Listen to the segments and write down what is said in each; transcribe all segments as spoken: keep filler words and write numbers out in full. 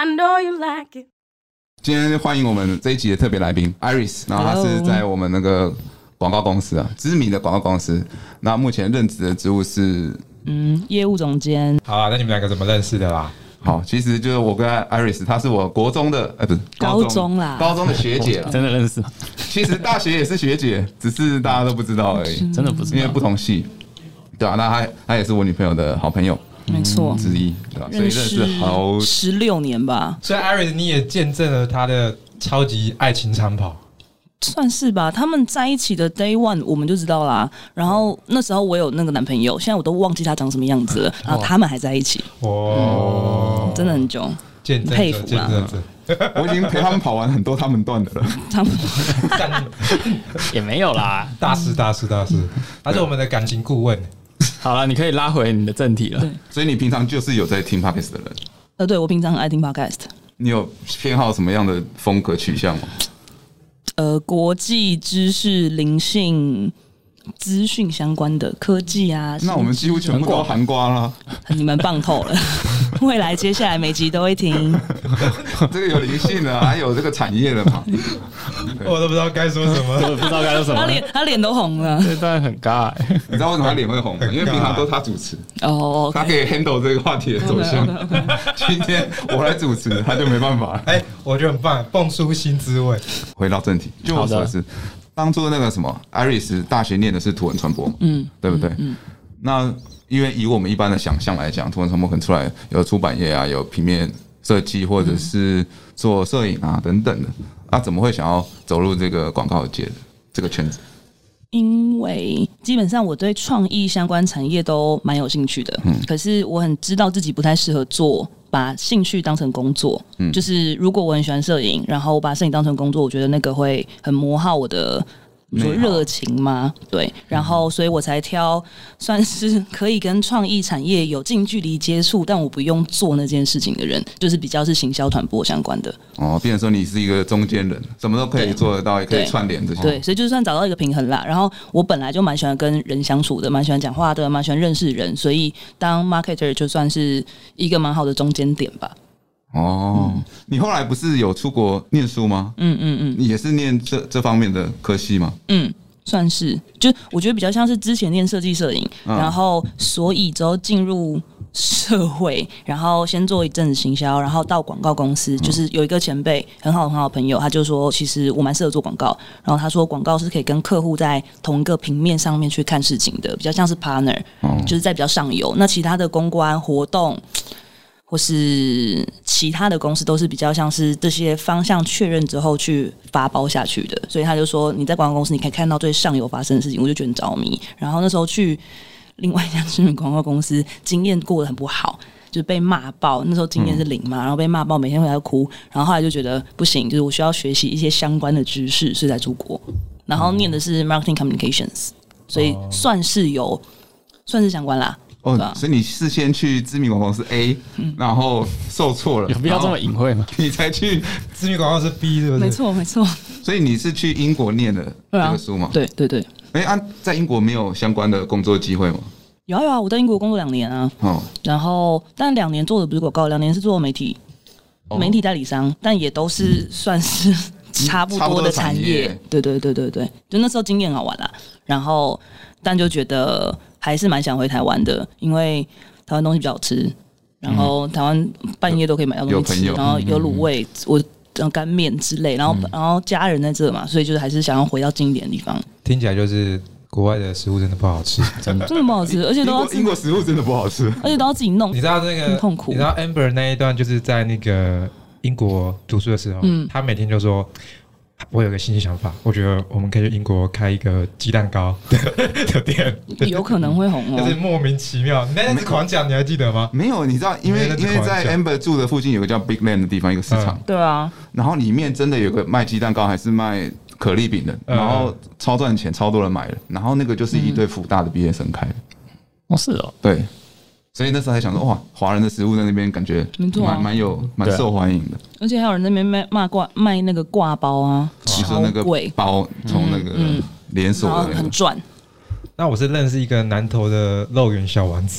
I know you like it。 今天欢迎我们这一集的特别来宾 Iris， 然后他是在我们那个广告公司啊，知名的广告公司。那目前任职的职务是嗯业务总监。 好啊，那你们两个怎么认识的啦？ 好，其实就是我跟 Iris， 她是我国中的，呃，不是高中啦， 高中的学姐啦， 真的认识吗？ 其实大学也是学姐，只是大家都不知道而已， 真的不知道， 因为不同系，对啊，那她她也是我女朋友的好朋友， 没错之一，对吧？所以认识好十六年吧。 所以 Iris 你也见证了他的超级爱情长跑。 算是吧，他们在一起的 day one 我们就知道啦。然后那时候我有那个男朋友，现在我都忘记他长什么样子了。然后他们还在一起， 哇、 嗯，真的很久， 见证佩服啦。 我已经陪他们跑完很多他们段的了， 他们也没有啦。 大师大师大师，他是我们的感情顾问。 好了，你可以拉回你的正题了。 所以你平常就是有在听 podcast 的人？ 呃，对，我平常很爱听 podcast。 你有偏好什么样的风格取向吗？ 呃，国际知识、灵性、资讯相关的科技啊， 那我们几乎全部都含瓜了， 你们棒透了。未来接下来每集都会听。 这个有灵性的，还有这个产业的嘛？ 我都不知道该说什么， 我不知道该说什么。 他脸他脸都红了， 这段很尬、欸。 你知道为什么他脸会红吗？因为平常都他主持哦， okay、他可以 handle 这个话题的走向。Okay, okay, okay. 今天我来主持，他就没办法。 哎、欸，我觉得很棒，蹦出新滋味。 回到正题，就我所知，当初那个什么 ，Iris 大学念的是图文传播，嗯，对不对？嗯。嗯那因为以我们一般的想象来讲，图文传播可能出来有出版业啊，有平面设计，或者是做摄影啊等等的。那、啊、怎么会想要走入这个广告界的这个圈子？ 因为基本上我对创意相关产业都蛮有兴趣的，嗯，可是我很知道自己不太适合做把兴趣当成工作，嗯，就是如果我很喜欢摄影，然后我把摄影当成工作，我觉得那个会很磨耗我的。你说热情吗？对，然后所以我才挑算是可以跟创意产业有近距离接触，但我不用做那件事情的人，就是比较是行销传播相关的。 哦，变成说你是一个中间人，什么都可以做得到，也可以串联这些。 对，所以就算找到一个平衡啦。然后我本来就蛮喜欢跟人相处的，蛮喜欢讲话的，蛮喜欢认识人，所以当 marketer 就算是一个蛮好的中间点吧。 哦、嗯，你后来不是有出国念书吗？嗯嗯嗯，你也是念这这方面的科系吗？ 嗯，算是，就我觉得比较像是之前念设计摄影、嗯，然后所以之后进入社会，然后先做一阵子行销，然后到广告公司，就是有一个前辈很好很好的朋友，他就说其实我蛮适合做广告，然后他说广告是可以跟客户在同一个平面上面去看事情的，比较像是 partner，、嗯、就是在比较上游，那其他的公关活动。或是其他的公司都是比较像是这些方向确认之后去发包下去的，所以他就说你在广告公司你可以看到最上游发生的事情，我就觉得很着迷。然后那时候去另外一家知名广告公司，经验过得很不好，就是被骂爆，那时候经验是零嘛，然后被骂爆，每天回来哭。然后后来就觉得不行，就是我需要学习一些相关的知识，所以才出国。然后念的是 marketing communications， 所以算是有算是相关啦。 哦，所以你是先去知名广告公司 A，、嗯、然后受挫了， 有必要这么隐晦吗？ 你才去知名广告公司 B， 对不对？ 没错，没错。 所以你是去英国念的这个书吗？ 对对对。 哎、欸，啊，在英国没有相关的工作机会吗？ 有啊有啊，我在英国工作两年啊。哦。然后，但两年做的不是广告，两年是做媒体，哦、媒体代理商，但也都是算是差不多的产业。嗯、对对对对对，就那时候经验好玩啦。然后，但就觉得。还是蛮想回台湾的，因为台湾东西比较好吃，然后台湾半夜都可以买到东西吃，然后有卤味、我干面之类，然后、嗯、然后家人在这嘛，所以就是还是想要回到近一点的地方。 听起来就是国外的食物真的不好吃， 真的真的不好吃，而且都要英国食物真的不好吃， 而且都要自己弄。 你知道那个很痛苦？ 你知道 Amber 那一段就是在那个英国读书的时候，嗯，他每天就说。我有个新想法，我觉得我们可以去英国开一个鸡蛋糕的店， 有可能会红哦。 就是莫名其妙，你那次狂讲，你还记得吗？ 没有，你知道，因为因为在 Amber 住的附近有个叫 Big Land 的地方，一个市场。 对啊。然后里面真的有个卖鸡蛋糕还是卖可丽饼的，然后超赚钱，超多人买了。然后那个就是一对辅大的毕业生开的。 哦，是哦。 对。所以那时候还想说，哇，华人的食物在那边感觉蛮蛮有蛮受欢迎的， 而且还有人在那边卖卖挂卖那个挂包啊， 你说那个包从那个连锁的、那個， 很赚。 那我是认识一个南投的肉圆小丸子啊，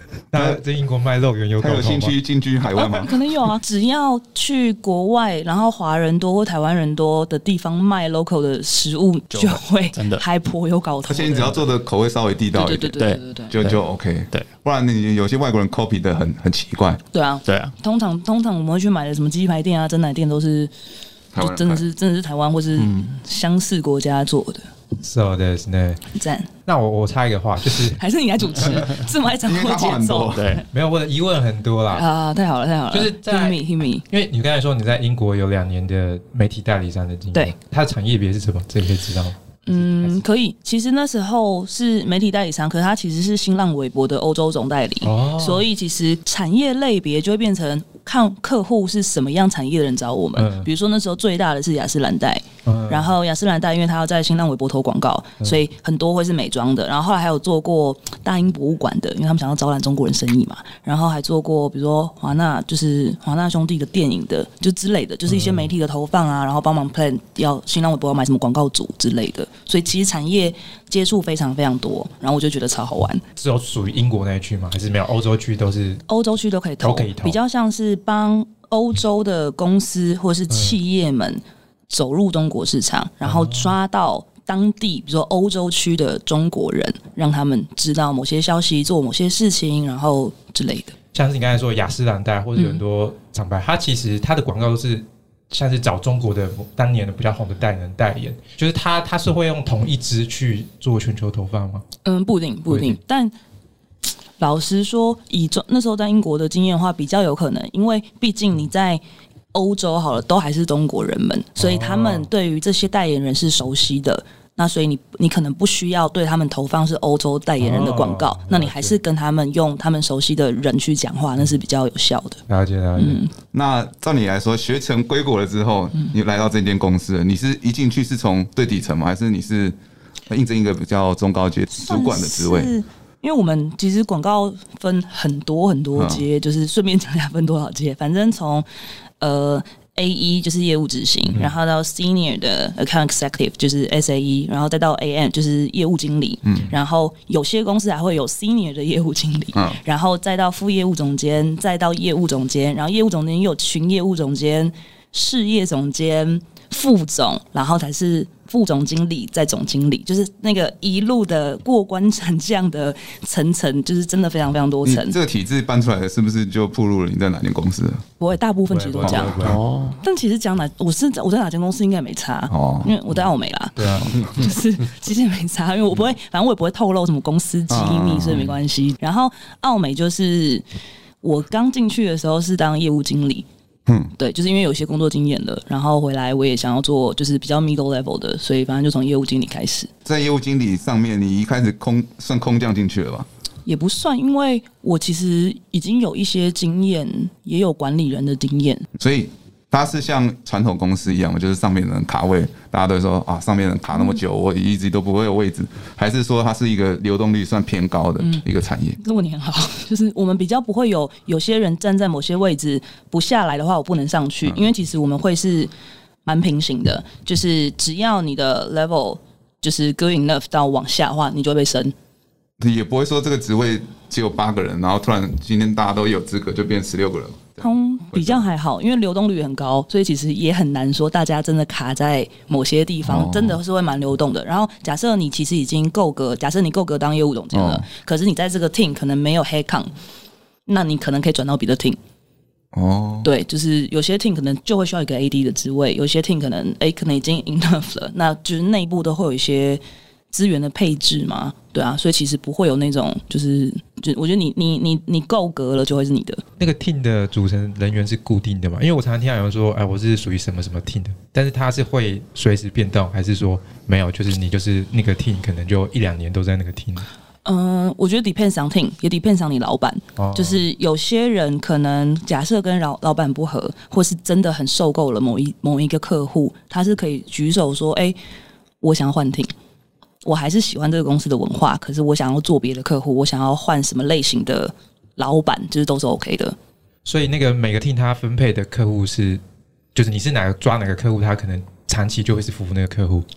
那在英国卖肉圆有搞头吗？ 他有兴趣进军海外吗？ 可能有啊，只要去国外，然后华人多或台湾人多的地方卖 local 的食物，就会真的还颇有搞头。 而且你只要做的口味稍微地道一点， 对对对对对对， 就就 OK。 对， 不然你有些外国人 copy 的很很奇怪。 对啊， 对啊， 通常通常我们会去买的什么鸡排店啊、珍奶店都是，就真的是真的是台湾或是相似国家做的。 So this 呢？ 赞。 那我我插一个话，就是还是你来主持，这么爱掌握节奏。 对， 没有我的疑问很多啦。 啊，太好了，太好了。 就是在 Hit me, hit me。 因为你刚才说你在英国有两年的媒体代理商的经验， 对， 它的产业别是什么？这个可以知道吗？ 嗯，可以。其实那时候是媒体代理商，可是它其实是新浪微博的欧洲总代理， 哦， 所以其实产业类别就会变成看客户是什么样产业的人找我们。 嗯、 比如说那时候最大的是雅诗兰黛， 嗯、 然后雅诗兰黛因为它要在新浪微博投广告， 嗯、 所以很多会是美妆的。然后后来还有做过大英博物馆的，因为他们想要招揽中国人生意嘛。然后还做过比如说华纳，就是华纳兄弟的电影的，就之类的，就是一些媒体的投放啊，然后帮忙 plan 要新浪微博要买什么广告组之类的。所以其实产业接触非常非常多，然后我就觉得超好玩。 只有属于英国那一区吗？还是没有？欧洲区都是？ 欧洲区都可以投， 都可以投， 比较像是帮欧洲的公司或是企业们走入中国市场，嗯、然后抓到当地，比如说欧洲区的中国人，让他们知道某些消息、做某些事情，然后之类的。 像是你刚才说雅诗兰黛或者有很多厂牌，嗯、它其实它的广告都是。像是找中国的当年的比较红的代言人代言，就是他他是会用同一支去做全球投放吗？ 嗯，不一定，不一定。但老实说，以那时候在英国的经验的话，比较有可能，因为毕竟你在欧洲好了，都还是中国人们，所以他们对于这些代言人是熟悉的。那所以你你可能不需要对他们投放是欧洲代言人的广告，哦、那你还是跟他们用他们熟悉的人去讲话，那是比较有效的。 了解了解。 嗯， 那照你来说，学成归国了之后，你来到这间公司了，你是一进去是从最底层吗？还是你是应征一个比较中高阶主管的职位？ 因为我们其实广告分很多很多阶，嗯、就是顺便讲一下分多少阶，反正从呃。A 一 就是业务执行，嗯、然后到 Senior 的 Account Executive 就是 S A E， 然后再到 A M 就是业务经理，嗯、然后有些公司还会有 Senior 的业务经理，嗯、然后再到副业务总监，再到业务总监，然后业务总监又有群业务总监、事业总监、副总，然后才是副总经理，再总经理，就是那个一路的过关斩将的层层，就是真的非常非常多层。 这个体制搬出来的，是不是就暴露了你在哪间公司了？ 不会，大部分其实都这样。 哦， 但其实讲哪，我是我在哪间公司应该也没差哦，因为我在奥美啦。 对啊， 就是其实也没差，因为我不会，反正我也不会透露什么公司机密，嗯、所以没关系。然后奥美就是我刚进去的时候是当业务经理。嗯，对，就是因为有些工作经验了，然后回来我也想要做就是比较 middle level 的，所以反正就从业务经理开始。 在业务经理上面，你一开始空算空降进去了吧？ 也不算，因为我其实已经有一些经验，也有管理人的经验， 所以它是像传统公司一样，就是上面的人卡位，大家都会说啊，上面人卡那么久，我一直都不会有位置，还是说它是一个流动率算偏高的一个产业？ 这问题很好，就是我们比较不会有有些人站在某些位置不下来的话，我不能上去，因为其实我们会是蛮平行的，就是只要你的 level 就是 good enough 到往下的话，你就会被升。 也不会说这个职位只有八个人，然后突然今天大家都有资格就变十六个人。 通比较还好，因为流动率很高，所以其实也很难说大家真的卡在某些地方，哦、真的是会蛮流动的。然后假设你其实已经够格，假设你够格当业务总监了，哦、可是你在这个 team 可能没有 headcount，那你可能可以转到别的 team。哦，对，就是有些 team 可能就会需要一个 A D 的职位，有些 team 可能哎可能已经 enough 了，那就是内部都会有一些资源的配置嘛，对啊，所以其实不会有那种就是就我觉得你你你你够格了就会是你的。 那个 team 的组成人员是固定的嘛？因为我常常听到有人说，哎，我是属于什么什么 team 的，但是他是会随时变动，还是说没有？就是你就是那个 team 可能就一两年都在那个 team。 嗯、呃，我觉得 depends on team， 也 depends on 你老板。哦、就是有些人可能假设跟老老板不合，或是真的很受够了某一某一个客户，他是可以举手说，哎，我想要换 team。我还是喜欢这个公司的文化，可是我想要做别的客户，我想要换什么类型的老板，就是都是 OK 的。 所以那个每个 team 他分配的客户是，就是你是哪个抓哪个客户，他可能长期就会是服务那个客户。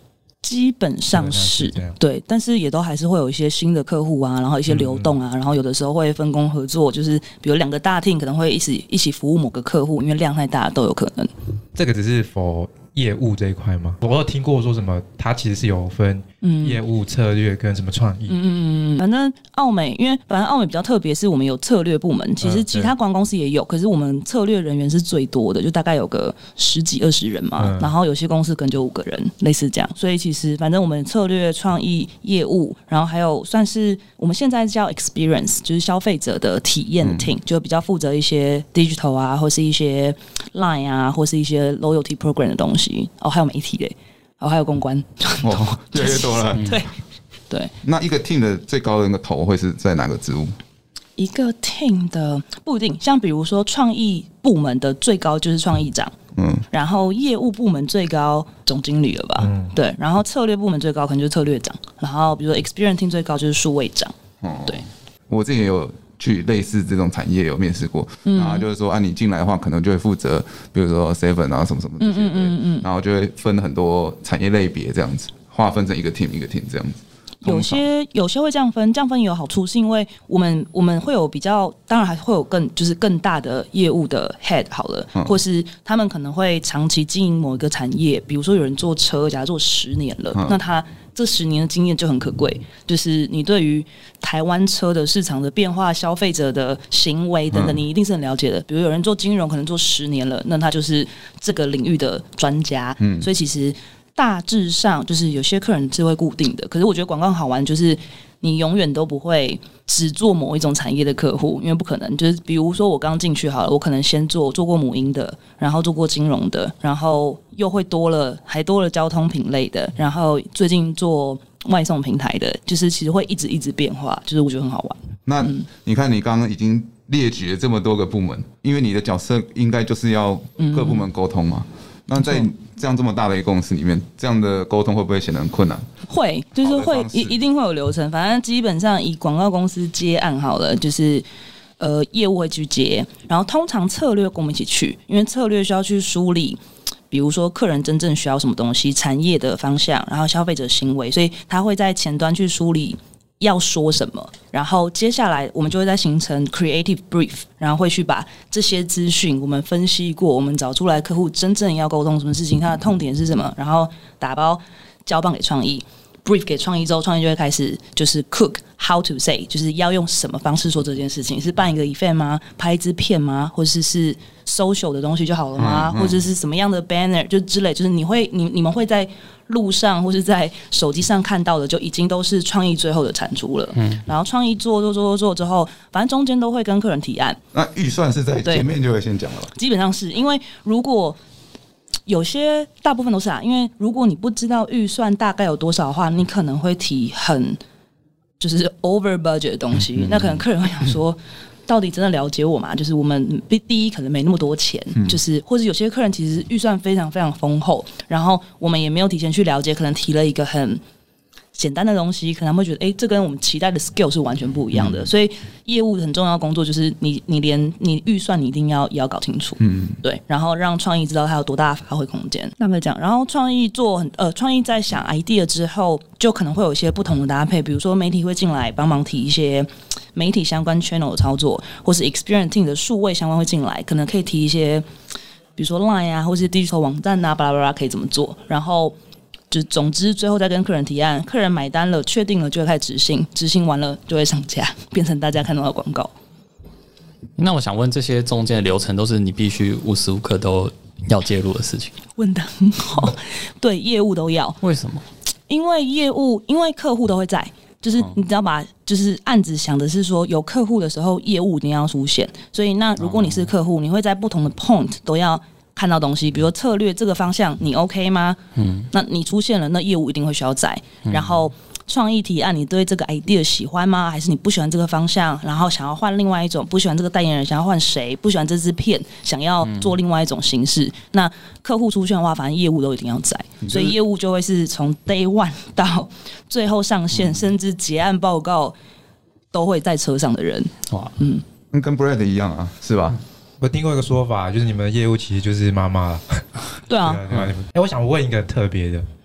基本上是对，但是也都还是会有一些新的客户啊，然后一些流动啊，嗯、然后有的时候会分工合作，就是比如两个大 team 可能会一起一起服务某个客户，因为量太大都有可能。 这个只是 for 业务这一块吗？我有听过说什么，它其实是有分业务策略跟什么创意。嗯嗯嗯，反正奥美，因为反正奥美比较特别，是我们有策略部门，其实其他广告公司也有，可是我们策略人员是最多的，就大概有个十几二十人嘛，嗯、然后有些公司可能就五个人，类似这样。所以其实反正我们策略、创意、业务，然后还有算是我们现在叫 experience， 就是消费者的体验的 team，、嗯、就比较负责一些 digital 啊，或是一些 line 啊，或是一些 loyalty program 的东西。哦，还有媒体嘞，哦，还有公关， 哦，越来越多了。 对对。 那一个 team 的最高的那个头会是在哪个职务？ 一个 team 的不一定，像比如说创意部门的最高就是创意长，嗯，然后业务部门最高总经理了吧，嗯，对，然后策略部门最高可能就是策略长，然后比如说 experience team 最高就是数位长，哦，对。 我之前也有去类似这种产业有面试过，嗯、然后就是说啊，你进来的话，可能就会负责，比如说 seven 啊什么什么这些，嗯嗯嗯然后就会分很多产业类别这样子，划分成一个 team 一个 team 这样子。 有些有些会这样分，这样分也有好处，是因为我们我们会有比较，当然还会有更就是更大的业务的 head 好了，嗯、或是他们可能会长期经营某一个产业，比如说有人做车，假如做十年了，嗯、那他这十年的经验就很可贵，就是你对于台湾车的市场的变化、消费者的行为等等，你一定是很了解的。比如有人做金融，可能做十年了，那他就是这个领域的专家。嗯，所以其实大致上就是有些客人是会固定的，可是我觉得广告好玩，就是你永远都不会只做某一种产业的客户，因为不可能。就是比如说我刚进去好了，我可能先做做过母婴的，然后做过金融的，然后又会多了还多了交通品类的，然后最近做外送平台的，就是其实会一直一直变化，就是我觉得很好玩。 那、嗯、你看你刚刚已经列举了这么多个部门，因为你的角色应该就是要各部门沟通嘛。嗯那在这样这么大的一个公司里面，这样的沟通会不会显得很困难？ 会，就是会一一定会有流程。反正基本上以广告公司接案好了，就是呃业务会去接，然后通常策略跟我们一起去，因为策略需要去梳理，比如说客人真正需要什么东西，产业的方向，然后消费者行为，所以他会在前端去梳理要说什么，然后接下来我们就会再形成 creative brief， 然后会去把这些资讯我们分析过，我们找出来客户真正要沟通什么事情，他的痛点是什么，然后打包交棒给创意 brief 给创意之后，创意就会开始就是 cook how to say， 就是要用什么方式说这件事情，是办一个 event 吗？拍一支片吗？或者是 social 的东西就好了吗？嗯嗯、或者是什么样的 banner 就之类，就是你会你你们会在路上或是在手机上看到的，就已经都是创意最后的产出了。嗯，然后创意做做做做做之后，反正中间都会跟客人提案。 那预算是在前面就会先讲了吧？ 基本上是因为如果有些大部分都是啊，因为如果你不知道预算大概有多少的话，你可能会提很就是 over budget 的东西，嗯、那可能客人会想说。到底真的了解我吗？就是我们第一可能没那么多钱，嗯、就是或者有些客人其实预算非常非常丰厚，然后我们也没有提前去了解，可能提了一个很简单的东西，可能他们会觉得，哎，这跟我们期待的 skill 是完全不一样的。嗯、所以业务很重要的工作就是你，你连你预算你一定要也要搞清楚，嗯，对，然后让创意知道它有多大的发挥空间。那么讲，然后创意做很呃，创意在想 idea 之后，就可能会有一些不同的搭配，比如说媒体会进来帮忙提一些媒体相关 channel 的操作，或是 experience team 的数位相关会进来，可能可以提一些，比如说 line 啊，或是 digital 网站啊，巴拉巴拉可以怎么做，然后。就总之，最后再跟客人提案，客人买单了，确定了就会开始执行，执行完了就会上架，变成大家看到的广告。 那我想问，这些中间的流程都是你必须无时无刻都要介入的事情？ 问得很好，对，业务都要。 为什么？ 因为业务，因为客户都会在，就是你只要把就是案子想的是说有客户的时候，业务一定要出现。所以那如果你是客户，你会在不同的 point 都要。看到东西，比如说策略这个方向你 OK 吗？嗯，那你出现了，那业务一定会需要在。嗯、然后创意提案，你对这个 idea 喜欢吗？还是你不喜欢这个方向？然后想要换另外一种，不喜欢这个代言人，想要换谁？不喜欢这支片，想要做另外一种形式。嗯、那客户出现的话，反正业务都一定要在，嗯、所以业务就会是从 day one 到最后上线，嗯、甚至结案报告都会在车上的人。哇， 嗯，跟 Brad 一样啊，是吧？ 我听过一个说法，就是你们的业务其实就是妈妈了。 对啊， 哎、嗯欸，我想问一个特别的，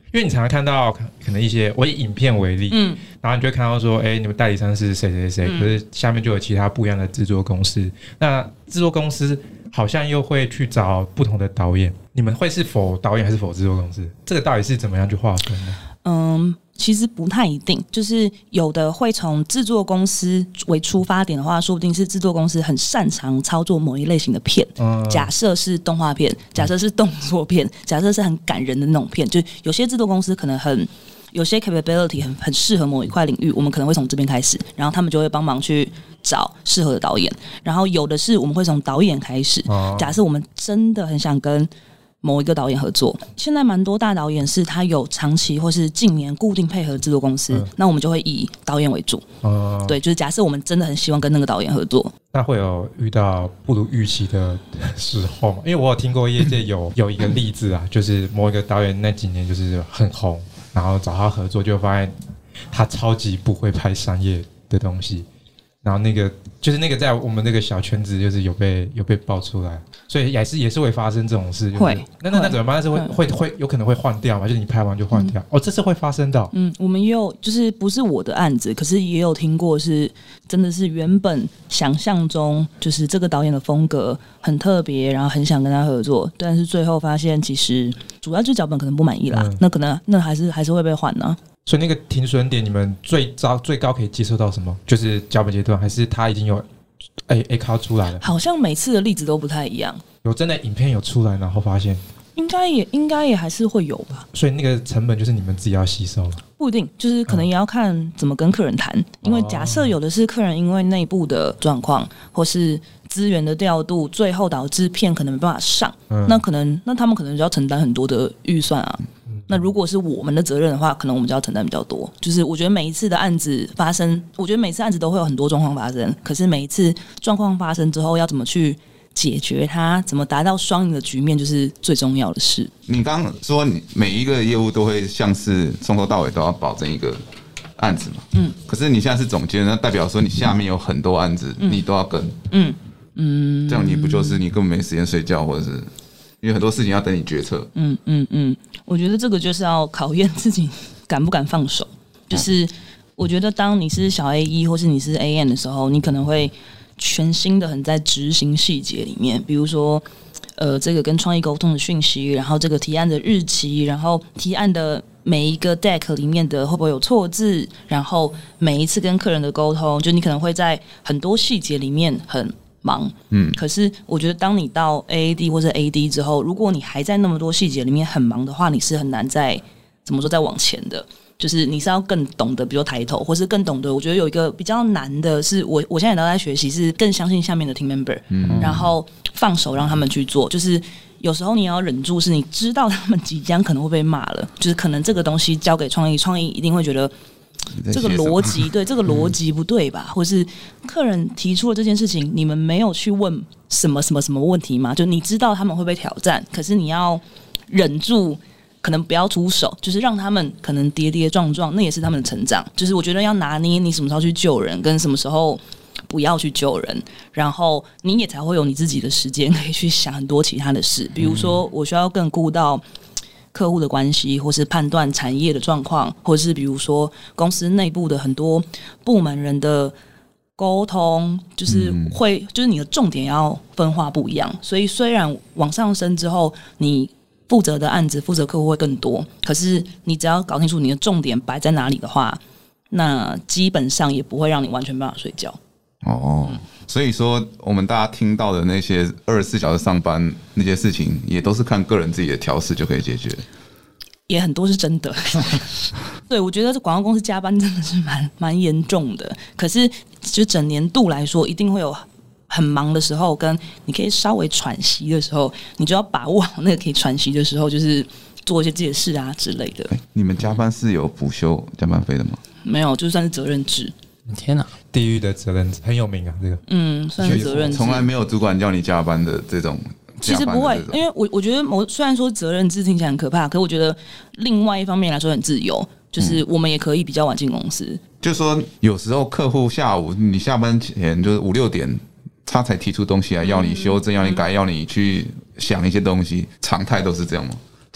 因为你常常看到可能一些，我以影片为例，嗯，然后你就会看到说，哎、欸，你们代理商是谁谁谁，可是下面就有其他不一样的制作公司。那制作公司好像又会去找不同的导演，你们会是否导演还是否制作公司？这个到底是怎么样去划分呢？ 嗯。其实不太一定，就是有的会从制作公司为出发点的话，说不定是制作公司很擅长操作某一类型的片。嗯、假设是动画片，假设是动作片，假设是很感人的那种片，就有些制作公司可能很有些 capability 很很适合某一块领域，我们可能会从这边开始，然后他们就会帮忙去找适合的导演。然后有的是我们会从导演开始，假设我们真的很想跟某一个导演合作，现在蛮多大导演是他有长期或是近年固定配合制作公司，嗯、那我们就会以导演为主。哦、对，就是假设我们真的很希望跟那个导演合作， 那会有遇到不如预期的时候吗？因为我有听过业界有有一个例子啊，就是某一个导演那几年就是很红，然后找他合作，就发现他超级不会拍商业的东西。然后那个就是那个在我们那个小圈子就是有被有被爆出来，所以也是也是会发生这种事。就是、 会， 那那那怎么办？那是会会会有可能会换掉嘛？就是你拍完就换掉、嗯、哦，这是会发生的。 嗯，我们也有，就是不是我的案子，可是也有听过是真的是原本想象中就是这个导演的风格很特别，然后很想跟他合作，但是最后发现其实主要就是脚本可能不满意啦，嗯、那可能那还是还是会被换呢、啊。 所以那个停损点，你们最高最高可以接受到什么？就是脚本阶段，还是他已经有 A A 卡出来了？ 好像每次的例子都不太一样。 有真的影片有出来，然后发现应该也应该也还是会有吧。 所以那个成本就是你们自己要吸收了。 不一定，就是可能也要看怎么跟客人谈。嗯、因为假设有的是客人因为内部的状况或是资源的调度，最后导致片可能没办法上，嗯、那可能那他们可能就要承担很多的预算啊。那如果是我们的责任的话，可能我们就要承担比较多。就是我觉得每一次的案子发生，我觉得每次案子都会有很多状况发生，可是每一次状况发生之后，要怎么去解决它，怎么达到双赢的局面，就是最重要的事。 你刚刚说你每一个业务都会像是从头到尾都要保证一个案子嘛？嗯。可是你现在是总监，那代表说你下面有很多案子，嗯、你都要跟。嗯嗯。这样你不就是你根本没时间睡觉，或者是？因为很多事情要等你决策。 嗯嗯嗯，我觉得这个就是要考验自己敢不敢放手。就是我觉得当你是小 A 一或是你是 A M 的时候，你可能会全心的很在执行细节里面，比如说呃这个跟创意沟通的讯息，然后这个提案的日期，然后提案的每一个 deck 里面的会不会有错字，然后每一次跟客人的沟通，就你可能会在很多细节里面很忙，嗯，可是我觉得当你到 A A D 或者 A D 之后，如果你还在那么多细节里面很忙的话，你是很难再怎么说再往前的。就是你是要更懂得，比如抬头，或是更懂得。我觉得有一个比较难的是，我我现在也都在学习，是更相信下面的 team member，嗯，然后放手让他们去做。就是有时候你要忍住，是你知道他们即将可能会被骂了，就是可能这个东西交给创意，创意一定会觉得。这个逻辑对这个逻辑不对吧？或是客人提出了这件事情，你们没有去问什么什么什么问题吗？就你知道他们会被挑战，可是你要忍住，可能不要出手，就是让他们可能跌跌撞撞，那也是他们的成长。就是我觉得要拿捏你什么时候去救人，跟什么时候不要去救人，然后你也才会有你自己的时间可以去想很多其他的事，比如说我需要更顾到客户的关系，或是判断产业的状况，或是比如说公司内部的很多部门人的沟通，就是会，就是你的重点要分化不一样。所以虽然往上升之后，你负责的案子、负责客户会更多，可是你只要搞清楚你的重点摆在哪里的话，那基本上也不会让你完全没办法睡觉。 哦。嗯，所以说，我们大家听到的那些二十四小时上班那些事情，也都是看个人自己的调试就可以解决， 也很多是真的。对，我觉得这广告公司加班真的是蛮蛮严重的。可是，就整年度来说，一定会有很忙的时候，跟你可以稍微喘息的时候，你就要把握好那个可以喘息的时候，就是做一些自己的事啊之类的。 欸，你们加班是有补休加班费的吗？ 没有，就算是责任制。 天哪， 地狱的责任很有名啊，这个嗯，算是责任制， 从来没有主管叫你加班的这种。 其实不会，因为我我觉得我虽然说责任制听起来很可怕，可是我觉得另外一方面来说很自由，就是我们也可以比较晚进公司。嗯， 就说有时候客户下午你下班前就是五六点，他才提出东西来要你修正、嗯、要你改、要你去想一些东西，常态都是这样吗？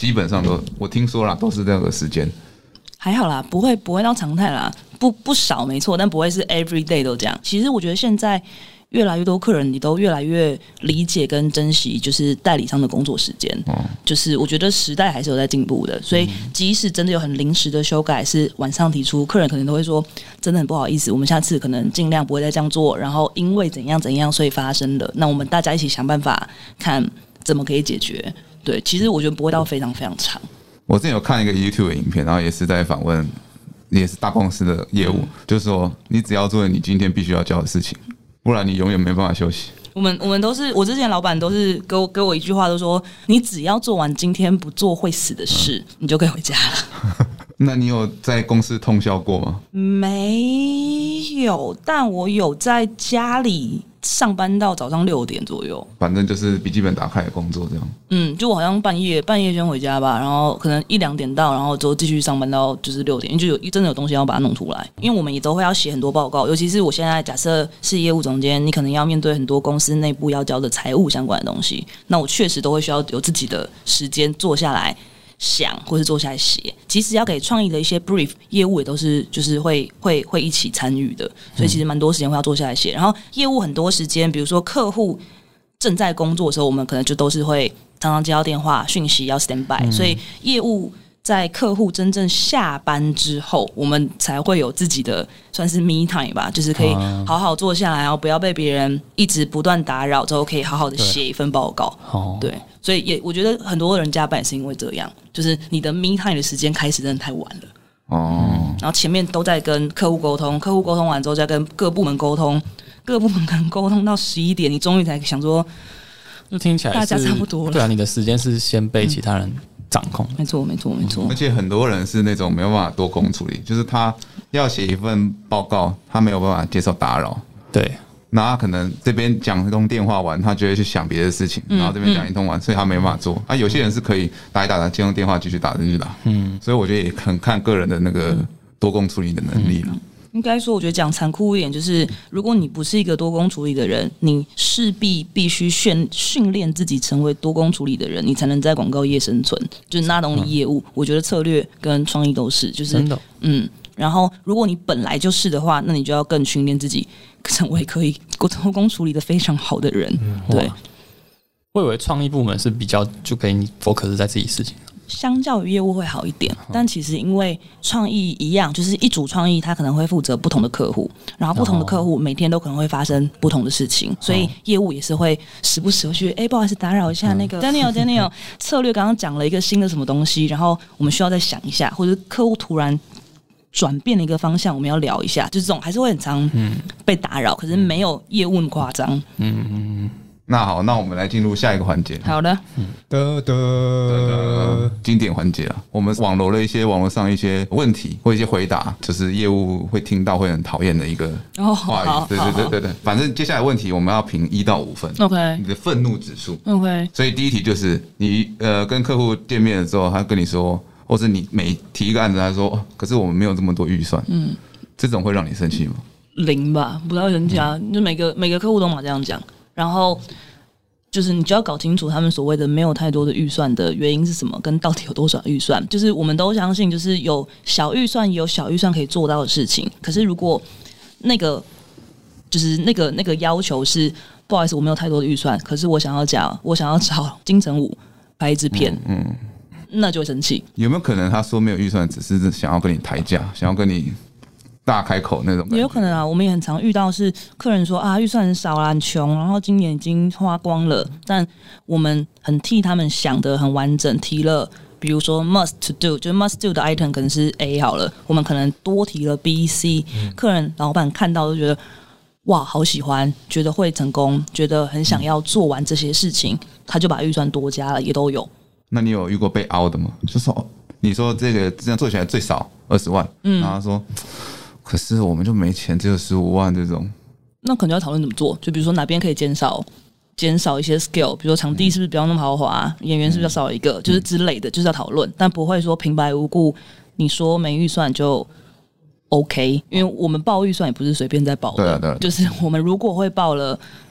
基本上都我听说啦，都是这个时间。 还好啦，不会不会到常态啦，不不少没错，但不会是 every day 都这样。其实我觉得现在越来越多客人，你都越来越理解跟珍惜，就是代理商的工作时间。哦，就是我觉得时代还是有在进步的，所以即使真的有很临时的修改，是晚上提出，客人可能都会说，真的很不好意思，我们下次可能尽量不会再这样做，然后因为怎样怎样，所以发生了。那我们大家一起想办法，看怎么可以解决。对，其实我觉得不会到非常非常长。 我之前有看一个 YouTube 的影片，然后也是在访问，也是大公司的业务，嗯、就是说你只要做你今天必须要交的事情，不然你永远没办法休息。 我们我们都是，我之前老板都是给我给我一句话，都说你只要做完今天不做会死的事，嗯、你就可以回家了。 那你有在公司通宵过吗？ 没有，但我有在家里上班到早上六点左右。 反正就是笔记本打开的工作这样。 嗯，就我好像半夜半夜先回家吧，然后可能一两点到，然后之后继续上班到就是六点，因为就有真的有东西要把它弄出来。因为我们也都会要写很多报告，尤其是我现在假设是业务总监，你可能要面对很多公司内部要交的财务相关的东西，那我确实都会需要有自己的时间坐下来想，或是坐下来写。即使要给创意的一些 brief， 业务也都是就是会会会一起参与的，所以其实蛮多时间会要坐下来写。然后业务很多时间，比如说客户正在工作的时候，我们可能就都是会常常接到电话讯息要 stand by，嗯、所以业务在客户真正下班之后，我们才会有自己的算是 me time 吧，就是可以好好坐下来，然后不要被别人一直不断打扰，之后可以好好的写一份报告。对，所以也我觉得很多人加班也是因为这样，就是你的 me time 的时间开始真的太晚了。哦、嗯，然后前面都在跟客户沟通，客户沟通完之后再跟各部门沟通，各部门可能沟通到十一点，你终于才想说， 就听起来大家差不多了。 对啊，你的时间是先被其他人掌控。 没错，没错，没错。 而且很多人是那种没有办法多工处理，就是他要写一份报告，他没有办法接受打扰。 对。 那他可能这边讲一通电话完，他就会去想别的事情，然后这边讲一通完，所以他没办法做。啊，有些人是可以打一打，接通电话继续打，继续打。嗯，所以我觉得也很看个人的那个多工处理的能力了。嗯、 应该说，我觉得讲残酷一点，就是如果你不是一个多工处理的人，你势必必须训训练自己成为多工处理的人，你才能在广告业生存。就是not only业务，我觉得策略跟创意都是，就是真的， 嗯。然后，如果你本来就是的话，那你就要更训练自己，成为可以多工处理的非常好的人。嗯、对， 我以为创意部门是比较就可以你 focus 在自己事情， 相较于业务会好一点。但其实因为创意一样，就是一组创意，它可能会负责不同的客户，然后不同的客户每天都可能会发生不同的事情，所以业务也是会时不时会去，哎，不好意思打扰一下那个 Daniel Daniel 策略刚刚讲了一个新的什么东西，然后我们需要再想一下，或者客户突然转变了一个方向，我们要聊一下，就是这种还是会很常被打扰，嗯、可是没有业务那么夸张。嗯嗯。那好，那我们来进入下一个环节。 好的， 的的经典环节啊，我们网罗了一些网络上一些问题或一些回答，就是业务会听到会很讨厌的一个话语。哦、对对对对对，反正接下来问题我们要评一到五分。 OK， 你的愤怒指数。 OK， 所以第一题就是你呃跟客户见面的时候，他跟你说。或是你每提一个案子，他说、哦：“可是我们没有这么多预算。”嗯，这种会让你生气吗？ 零吧，不要生气啊！就每个每个客户都嘛这样讲，然后就是你就要搞清楚他们所谓的没有太多的预算的原因是什么，跟到底有多少预算。就是我们都相信，就是有小预算也有小预算可以做到的事情。可是如果那个就是那个那个要求是不好意思，我没有太多的预算，可是我想要讲，我想要找金城武拍一支片。嗯。嗯那就会生气。有没有可能他说没有预算，只是想要跟你抬价，想要跟你大开口那种？ 也有可能啊，我们也很常遇到是客人说啊，预算很少啦，很穷，然后今年已经花光了，但我们很替他们想得很完整，提了比如说 must to do， 就是 must do 的 item 可能是 A 好了，我们可能多提了 B、C，、嗯、客人老板看到就觉得哇，好喜欢，觉得会成功，觉得很想要做完这些事情，他就把预算多加了，也都有。 那你有遇过被凹的吗？就说你说这个这样做起来最少二十万，嗯，然后他说，可是我们就没钱，只有十五万这种。 那可能要讨论怎么做，就比如说哪边可以减少减少一些 skill， 比如说场地是不是不要那么豪华，嗯、演员是不是要少一个，嗯、就是之类的，就是要讨论，但不会说平白无故你说没预算就 OK， 因为我们报预算也不是随便在报的， 对啊对啊， 就是我们如果会报了。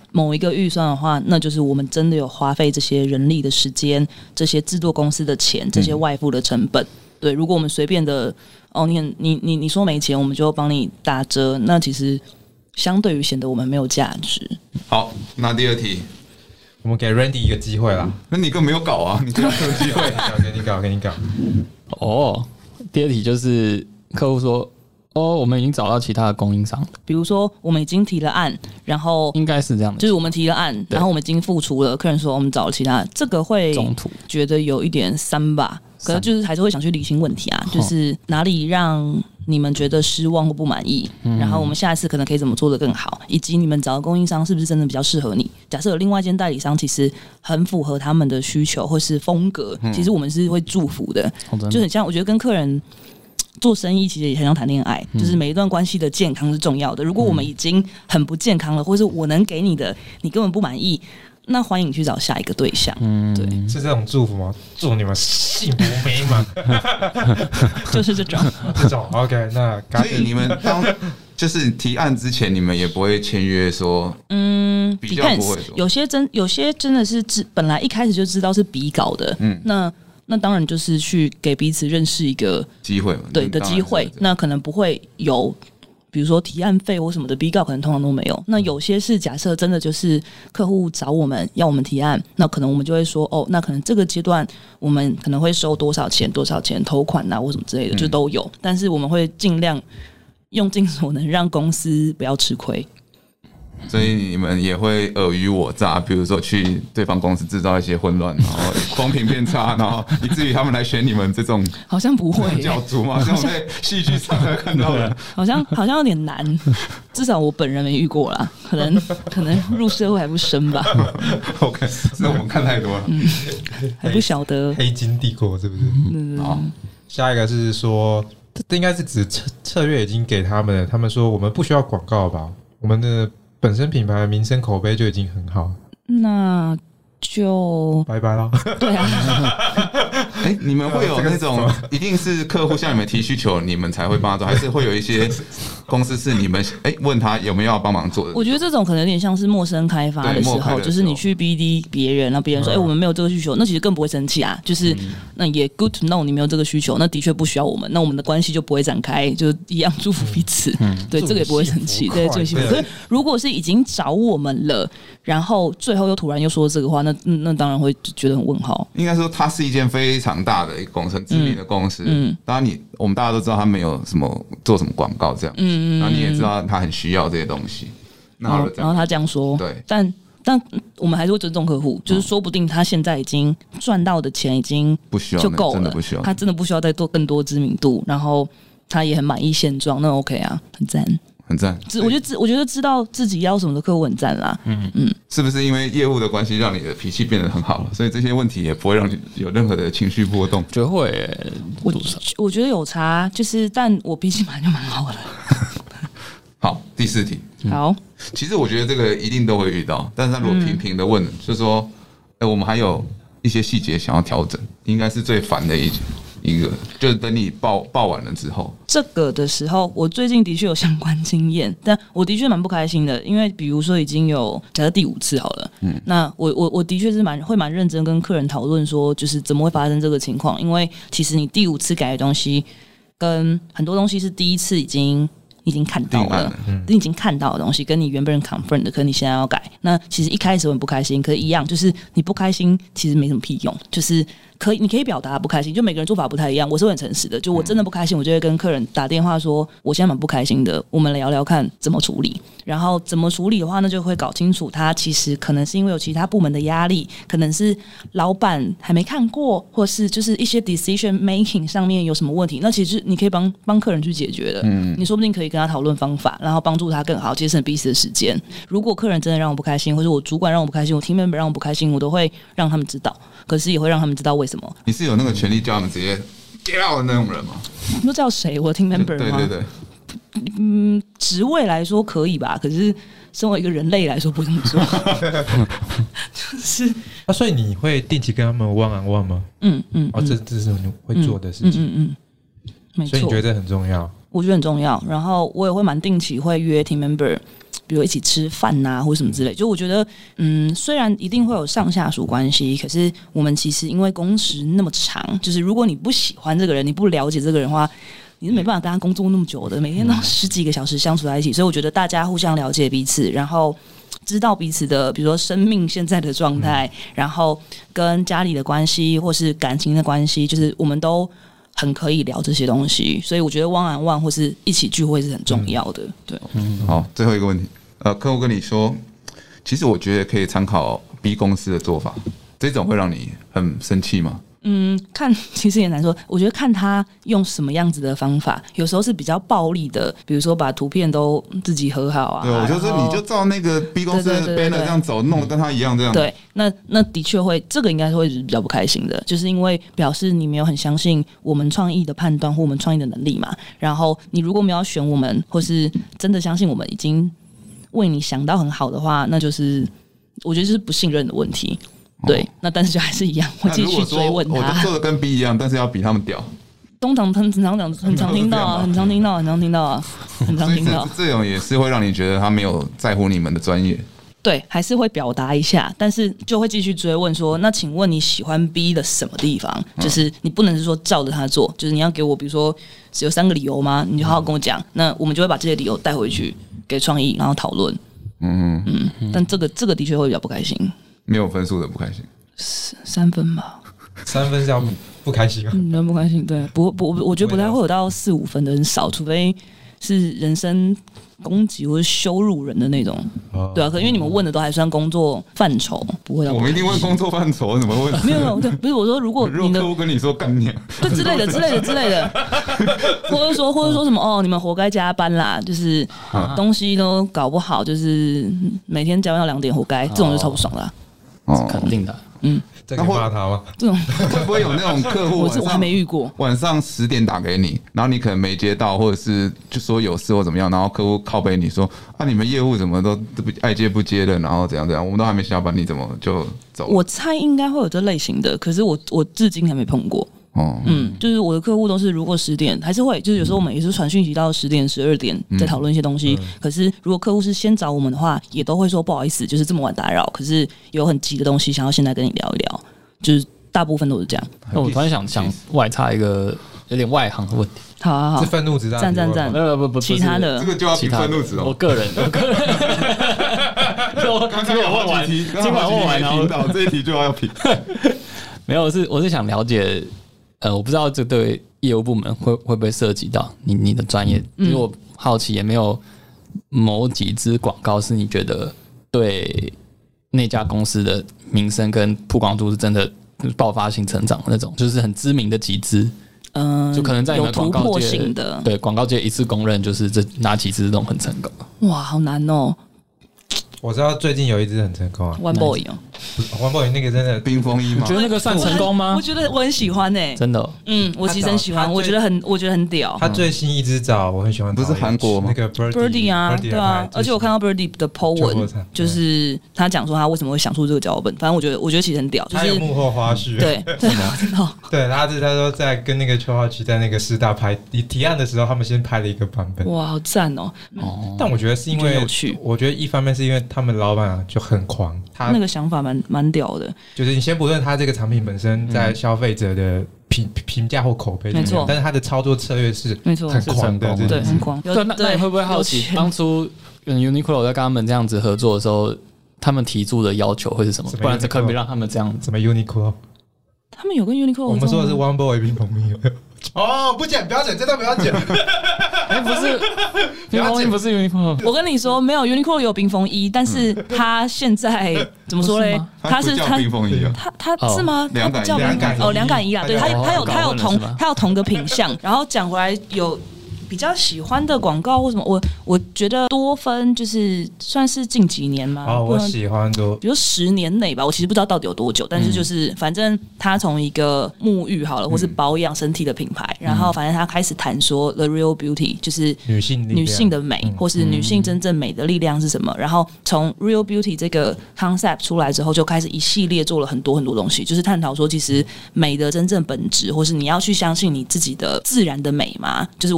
某一个预算的话，那就是我们真的有花费这些人力的时间、这些制作公司的钱、这些外付的成本。嗯、对，如果我们随便的哦，你你你你说没钱，我们就帮你打折，那其实相对于显得我们没有价值。 好，那第二题， 我们给 Randy 一个机会啦。 那你更没有搞啊，你更没有机会， 给你搞，给你搞。 哦，第二题就是客户说。哦，我们已经找到其他的供应商， 比如说我们已经提了案，然后应该是这样的， 就是我们提了案，然后我们已经付出了，客人说我们找了其他，这个会中途觉得有一点三吧，可是就是还是会想去理清问题啊，就是哪里让你们觉得失望或不满意，嗯、然后我们下一次可能可以怎么做得更好，以及你们找的供应商是不是真的比较适合你？假设有另外一间代理商，其实很符合他们的需求或是风格，嗯、其实我们是会祝福的，哦、就很像我觉得跟客人。做生意其实也很像谈恋爱，就是每一段关系的健康是重要的。如果我们已经很不健康了，或是我能给你的你根本不满意，那欢迎你去找下一个对象。嗯，对， 是这种祝福吗？祝你们幸福美满， 就是这种这种。OK， 那所以你们当就是提案之前，你们也不会签约说， 嗯， 比较不会说， 有些真有些真的是本来一开始就知道是比稿的，嗯，那。那当然就是去给彼此认识一个机会嘛， 对的机会。那可能不会有，比如说提案费或什么的，比稿可能通常都没有。那有些是假设真的就是客户找我们要我们提案，那可能我们就会说，哦，那可能这个阶段我们可能会收多少钱，多少钱头款啊或什么之类的，就都有。但是我们会尽量用尽所能让公司不要吃亏。 所以你们也会尔虞我诈，比如说去对方公司制造一些混乱，然后风评变差，然后以至于他们来选你们这种好像不会教主嘛，像我在戏剧上才看到的， 好像好像有点难，至少我本人没遇过啦，可能可能入社会还不深吧。 OK， 是我们看太多了，嗯、 还不晓得黑金帝国是不是？嗯，好，下一个是说，这应该是指策策略已经给他们了，他们说我们不需要广告吧，我们的。本身品牌的名声口碑就已经很好， 那就拜拜了。 对啊， 哎、欸，你们会有那种一定是客户向你们提需求，你们才会帮他做，还是会有一些公司是你们哎、欸、问他有没有要帮忙做的？ 我觉得这种可能有点像是陌生开发的时候，就是你去 B D 别人，然后别人说哎、欸、我们没有这个需求，那其实更不会生气啊。就是那也 good to know 你没有这个需求，那的确不需要我们，那我们的关系就不会展开，就一样祝福彼此。嗯、对，这个也不会生气，对，最幸福。可是如果是已经找我们了，然后最后又突然又说这个话，那那当然会觉得很问号。 应该说它是一件非常大的一个公司，知名的公司。嗯，当然你我们大家都知道他没有什么做什么广告这样。嗯嗯。然后你也知道他很需要这些东西。 然后然后他这样说， 对， 但但我们还是会尊重客户，就是说不定他现在已经赚到的钱已经不需要就够了， 真的不需要， 他真的不需要再做更多知名度，然后他也很满意现状，那 OK 啊，很赞。 很赞， 我觉得我觉得知道自己要什么的客户很赞啦。嗯嗯， 是不是因为业务的关系让你的脾气变得很好了，所以这些问题也不会让你有任何的情绪波动？ 觉得会、欸， 我我觉得有差，就是但我脾气本来就蛮好的。 好，第四题。 好， 其实我觉得这个一定都会遇到，但是他如果平平的问，嗯、就是说，哎、欸，我们还有一些细节想要调整，应该是最烦的一一个，就是等你报报完了之后， 这个的时候，我最近的确有相关经验，但我的确蛮不开心的，因为比如说已经有假设第五次好了，嗯，那我我我的确是蛮会蛮认真跟客人讨论说，就是怎么会发生这个情况，因为其实你第五次改的东西，跟很多东西是第一次已经。你已经看到了，嗯、你已经看到的东西，跟你原本人 confirm 的，可能你现在要改。那其实一开始我很不开心，可是一样，就是你不开心，其实没什么屁用，就是可以，你可以表达不开心，就每个人做法不太一样。我是很诚实的，就我真的不开心，我就会跟客人打电话说，我现在蛮不开心的，我们聊聊看怎么处理。然后怎么处理的话，那就会搞清楚他其实可能是因为有其他部门的压力，可能是老板还没看过，或是就是一些 decision making 上面有什么问题。那其实你可以帮帮客人去解决的，嗯，你说不定可以跟他讨论方法，然后帮助他更好，节省彼此的时间。如果客人真的让我不开心，或者我主管让我不开心，我 team member 让我不开心，我都会让他们知道，可是也会让他们知道为什么。 你是有那个权利叫他们直接 get out 的那种人吗？ 你说叫谁？我 team member 吗？ 对对对。 嗯，职位来说可以吧，可是身为一个人类来说不这么做。就是啊，所以你会定期跟他们 one on one 吗？ 嗯嗯， 哦，这这是你会做的事情。 嗯嗯嗯，没错。 所以你觉得这很重要？ 我觉得很重要。然后我也会蛮定期会约 team member， 比如一起吃饭呐、啊，或什么之类。就我觉得，嗯，虽然一定会有上下属关系，可是我们其实因为工时那么长，就是如果你不喜欢这个人，你不了解这个人的话，你是没办法跟他工作那么久的，每天都十几个小时相处在一起。所以我觉得大家互相了解彼此，然后知道彼此的，比如说生命现在的状态，然后跟家里的关系或是感情的关系，就是我们都很可以聊这些东西。所以我觉得 one on one 或是一起聚会是很重要的。对， 嗯，好，最后一个问题，呃，客户跟你说，其实我觉得可以参考 B 公司的做法，这种会让你很生气吗？ 嗯，看其实也难说。我觉得看他用什么样子的方法，有时候是比较暴力的，比如说把图片都自己合好啊。 对，我就说你就照那个 B 公司的 banner 这样走，弄得跟他一样这样。 对，那那的确会，这个应该会比较不开心的，就是因为表示你没有很相信我们创意的判断或我们创意的能力嘛。然后你如果没有选我们，或是真的相信我们已经为你想到很好的话，那就是我觉得就是不信任的问题。对，那但是就还是一样，我继续追问他。 我就做的跟 B 一样，但是要比他们屌。 通常很常讲，很常听到啊，很常听到，很常听到啊，很常听到。 这种也是会让你觉得他没有在乎你们的专业。 对，还是会表达一下，但是就会继续追问说，那请问你喜欢 B 的什么地方？就是你不能是说照着他做，就是你要给我，比如说只有三个理由吗？你就好好跟我讲，那我们就会把这些理由带回去给创意，然后讨论。嗯嗯，但这个这个的确会比较不开心。 没有分数的不开心， 三分吧。 三分是要不不开心吗？ 嗯，不开心。对，不不，我觉得不太会有到四五分的很少，除非是人身攻击或者羞辱人的那种。哦、对啊，可因为你们问的都还算工作范畴，不会到。 我们一定问工作范畴，怎么问？ 没有没有，不是我说，如果你的客户跟你说干你， 对之类的之类的之类的，或者说或者说什么哦，你们活该加班啦，就是东西都搞不好，就是每天加班到两点，活该，这种就超不爽的、啊。 哦，肯定的。 嗯， 这可以骂他吗？ 这种会不会有那种客户？ 我我还没遇过。 晚上十点打给你，然后你可能没接到，或者是就说有事或怎么样，然后客户靠背你说啊，你们业务怎么都不爱接不接的，然后怎样怎样，我们都还没下班，你怎么就走？ 我猜应该会有这类型的，可是我我至今还没碰过。哦，嗯，就是我的客户都是，如果十点还是会，就是有时候我们也是传讯息到十点、十二点在讨论一些东西。嗯、可是如果客户是先找我们的话，也都会说不好意思，就是这么晚打扰。可是有很急的东西想要现在跟你聊一聊，就是大部分都是这样。 那我突然想想外插一个有点外行的问题。 好好好， 是愤怒值赞赞赞， 不不不， 其他的这个就要评愤怒值哦。 我个人，我个人，我刚才我问完，今晚问完，然后这一题就要评。 没有，是我是想了解。呃，我不知道这对业务部门会会不会涉及到你你的专业，因为我好奇有没有某几支广告是你觉得对那家公司的名声跟曝光度是真的爆发性成长的那种，就是很知名的几支，嗯，就可能在你们广告界的对广告界一致公认，就是这哪几支都很成功。 哇，好难哦。 我知道最近有一支很成功啊 ，One Boy 哦 ，One Boy 那个真的冰封衣吗？ 我觉得那个算成功吗？ 我觉得我很喜欢诶、欸， 真的、哦。 嗯，我其实很喜欢，我觉得很，我觉得很屌。 他最新一支照我很喜欢， 不是韩国吗？ 那个 Birdy 啊， Birdy 对啊，而且我看到 Birdy 的 po 文，就是他讲说他为什么会想出这个脚本，反正我觉得，我觉得其实很屌，就是他有幕后花絮， 对，真的，真的。 对，他是他说在跟那个邱浩奇在那个师大拍提案的时候，他们先拍了一个版本， 哇，好赞哦！ 哦，但我觉得是因为有趣，我觉得一方面是因为他们老板啊。就很狂，他那个想法蛮蛮屌的。 就是你先不论他这个产品本身在消费者的评评价或口碑， 没错， 但是他的操作策略是没错很狂的， 对，很狂。 对，那那你会不会好奇，当初 Uniqlo 在跟他们这样子合作的时候，他们提出的要求会是什么？不然这可不可以让他们这样？ 什么 Uniqlo？ 他们有跟 Uniqlo， 我们说的是 One Boy 冰封衣。哦，不剪，不要剪，这段不要剪。 哎，不是，冰封衣不是 Uniqlo。 我跟你说，没有 Uniqlo 有冰封衣，但是他现在怎么说嘞？ 他是他冰封衣啊， 他他是吗？ 凉感凉感哦，凉感衣啊，对，他他有他有同他有同个品项。然后讲回来有。比较喜欢的广告或什么，我我觉得多芬就是算是近几年嘛。 哦，我喜欢多， 比如十年内吧，我其实不知道到底有多久，但是就是反正他从一个沐浴好了，或是保养身体的品牌，嗯、然后反正他开始谈说 the real beauty 就是女性女性的美，嗯、或是女性真正美的力量是什么。然后从 real beauty 这个 concept 出来之后，就开始一系列做了很多很多东西，就是探讨说其实美的真正本质，或是你要去相信你自己的自然的美嘛。就是我觉得那。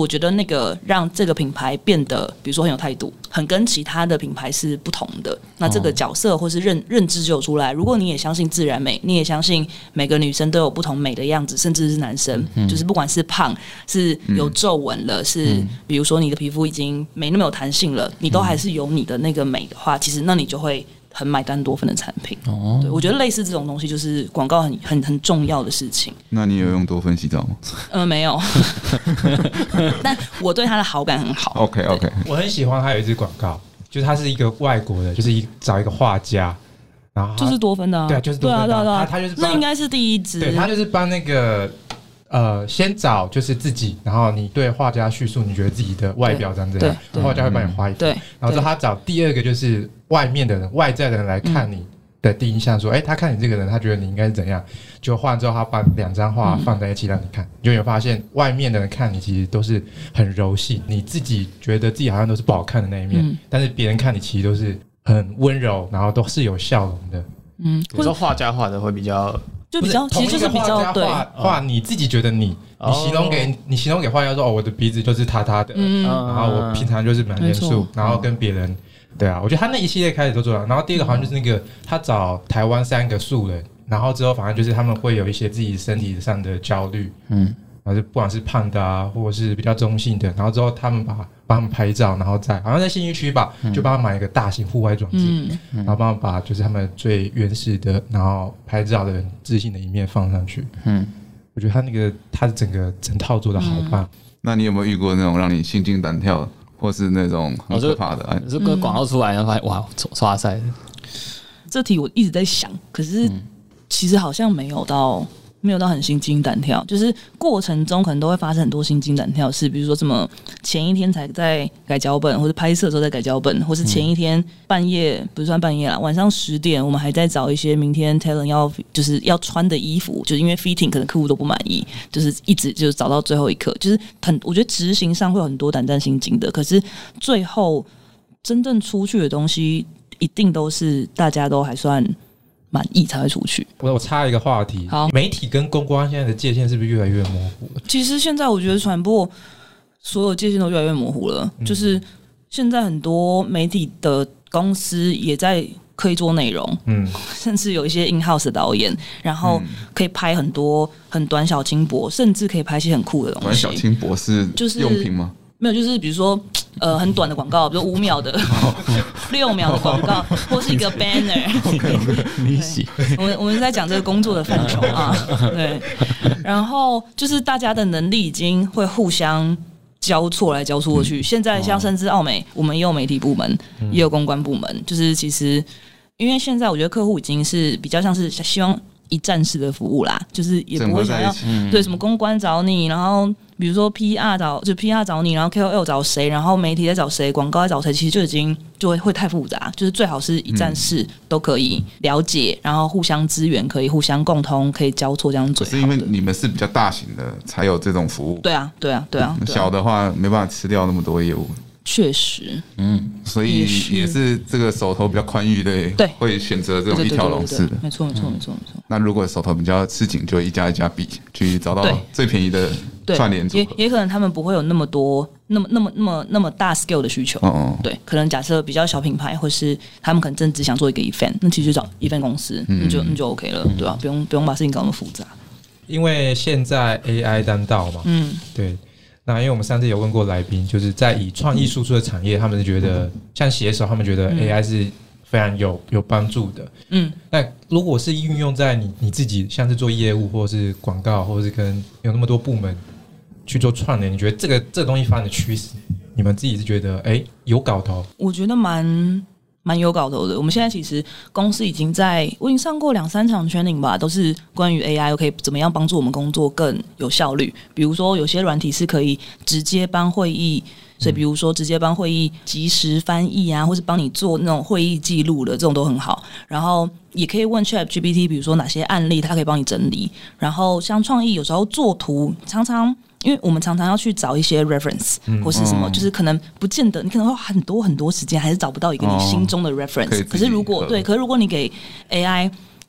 那个让这个品牌变得，比如说很有态度，很跟其他的品牌是不同的。那这个角色或是认认知就有出来。如果你也相信自然美，你也相信每个女生都有不同美的样子，甚至是男生，嗯、就是不管是胖是有皱纹了，嗯、是比如说你的皮肤已经没那么有弹性了，你都还是有你的那个美的话，其实那你就会很买单多芬的产品。哦，对，我觉得类似这种东西就是广告很很很重要的事情。 那你有用多芬洗澡吗？ 呃，没有，但我对它的好感很好。 OK OK， 我很喜欢它有一支广告，就是它是一个外国的，就是一找一个画家，然后就是多芬的、啊， 对，就是多芬的， 对啊对啊， 他他就是那应该是第一支， 对，他就是帮那个。呃，先找就是自己，然后你对画家叙述，你觉得自己的外表长怎样，画家会帮你画一幅。对，然后之后他找第二个就是外面的人、外在的人来看你的第一印象，说，哎、欸，他看你这个人，他觉得你应该是怎样。就画完之后，他把两张画放在一起让你看，你就有发现外面的人看你其实都是很柔细，你自己觉得自己好像都是不好看的那一面，嗯、但是别人看你其实都是很温柔，然后都是有笑容的。 嗯，有时候画家画的会比较。 就比较，其实就是比较对画你自己觉得你，你形容给你形容给画家说，哦，我的鼻子就是塌塌的，嗯、然后我平常就是蛮严肃，然后跟别人，对啊，我觉得他那一系列开始都做了。然后第二个好像就是那个他找台湾三个素人，然后之后反正就是他们会有一些自己身体上的焦虑，嗯，然后就不管是胖的啊，或者是比较中性的，然后之后他们把帮他们拍照，然后在好像在信义区吧，嗯、就帮他们买一个大型户外装置，嗯嗯、然后帮他们把就是他们最原始的，然后拍照的自信的一面放上去。嗯，我觉得他那个他的整个整套做的好棒。嗯、 那你有没有遇过那种让你心惊胆跳，或是那种很可怕的？ 这个广告出来，然后发现哇，哇塞！ 这题我一直在想，可是其实好像没有到。没有到很心惊胆跳，就是过程中可能都会发生很多心惊胆跳的事，比如说什么前一天才在改脚本，或者拍摄的时候在改脚本，或是前一天半夜不是算半夜啦，晚上十点我们还在找一些明天 talent 要就是要穿的衣服，就是因为 fitting 可能客户都不满意，就是一直就是找到最后一刻，就是很我觉得执行上会有很多胆战心惊的，可是最后真正出去的东西一定都是大家都还算满意才会出去。 我我插一个话题，好，媒体跟公关现在的界限是不是越来越模糊了？ 其实现在我觉得传播所有界限都越来越模糊了，嗯、就是现在很多媒体的公司也在可以做内容，嗯，甚至有一些 in-house 的导演，然后可以拍很多很短小轻薄，甚至可以拍一些很酷的东西。 短小轻薄是就是用品吗？ 没有，就是比如说，呃，很短的广告，比如五秒的、六秒的广告，或是一个 banner。 你洗， 我们我们在讲这个工作的范畴啊，对。然后就是大家的能力已经会互相交错来交错过去。嗯、现在像甚至奥美，我们也有媒体部门，嗯、也有公关部门，就是其实因为现在我觉得客户已经是比较像是希望一站式的服务啦，就是也不会想要对什么公关找你，然后。比如说 P R 找就 P R 找你，然后 K O L 找谁，然后媒体在找谁，广告在找谁，其实就已经就会会太复杂，就是最好是一站式都可以了解，然后互相支援，可以互相共通，可以交错这样最好的。 是因为你们是比较大型的才有这种服务。 对啊，对啊，对啊。对啊小的话没办法吃掉那么多业务。 确实， 嗯，所以也是这个手头比较宽裕的，对，会选择这种一条龙式的。 没错，没错，没错，没错。 那如果手头比较吃紧，就一家一家比，去找到最便宜的串联组合。 也也可能他们不会有那么多、那么、那么、那么、那么大 scale 的需求。哦对，可能假设比较小品牌，或是他们可能真只想做一个 event， 那其实就找 event 公司，那就那就 OK 了，对吧？不用不用把事情搞那么复杂。 因为现在 A I 当道嘛，嗯，对。那因为我们上次有问过来宾，就是在以创意输出的产业，他们是觉得像写手，他们觉得 A I 是非常有有帮助的。嗯，那如果是运用在你你自己，像是做业务，或是广告，或是跟有那么多部门去做串联，你觉得这个这个东西发展的趋势，你们自己是觉得哎、欸、有搞头？ 我觉得蛮。蛮有搞头的。我们现在其实公司已经在，我已经上过两三场 training 吧，都是关于 A I 可以怎么样帮助我们工作更有效率。比如说有些软体是可以直接帮会议，所以比如说直接帮会议即时翻译啊，或是帮你做那种会议记录的，这种都很好。然后也可以问 ChatGPT， 比如说哪些案例它可以帮你整理。然后像创意有时候做图，常常。因为我们常常要去找一些 reference 或是什么，嗯、就是可能不见得你可能会花很多很多时间，还是找不到一个你心中的 reference。哦、可是如果对，可是如果你给 A I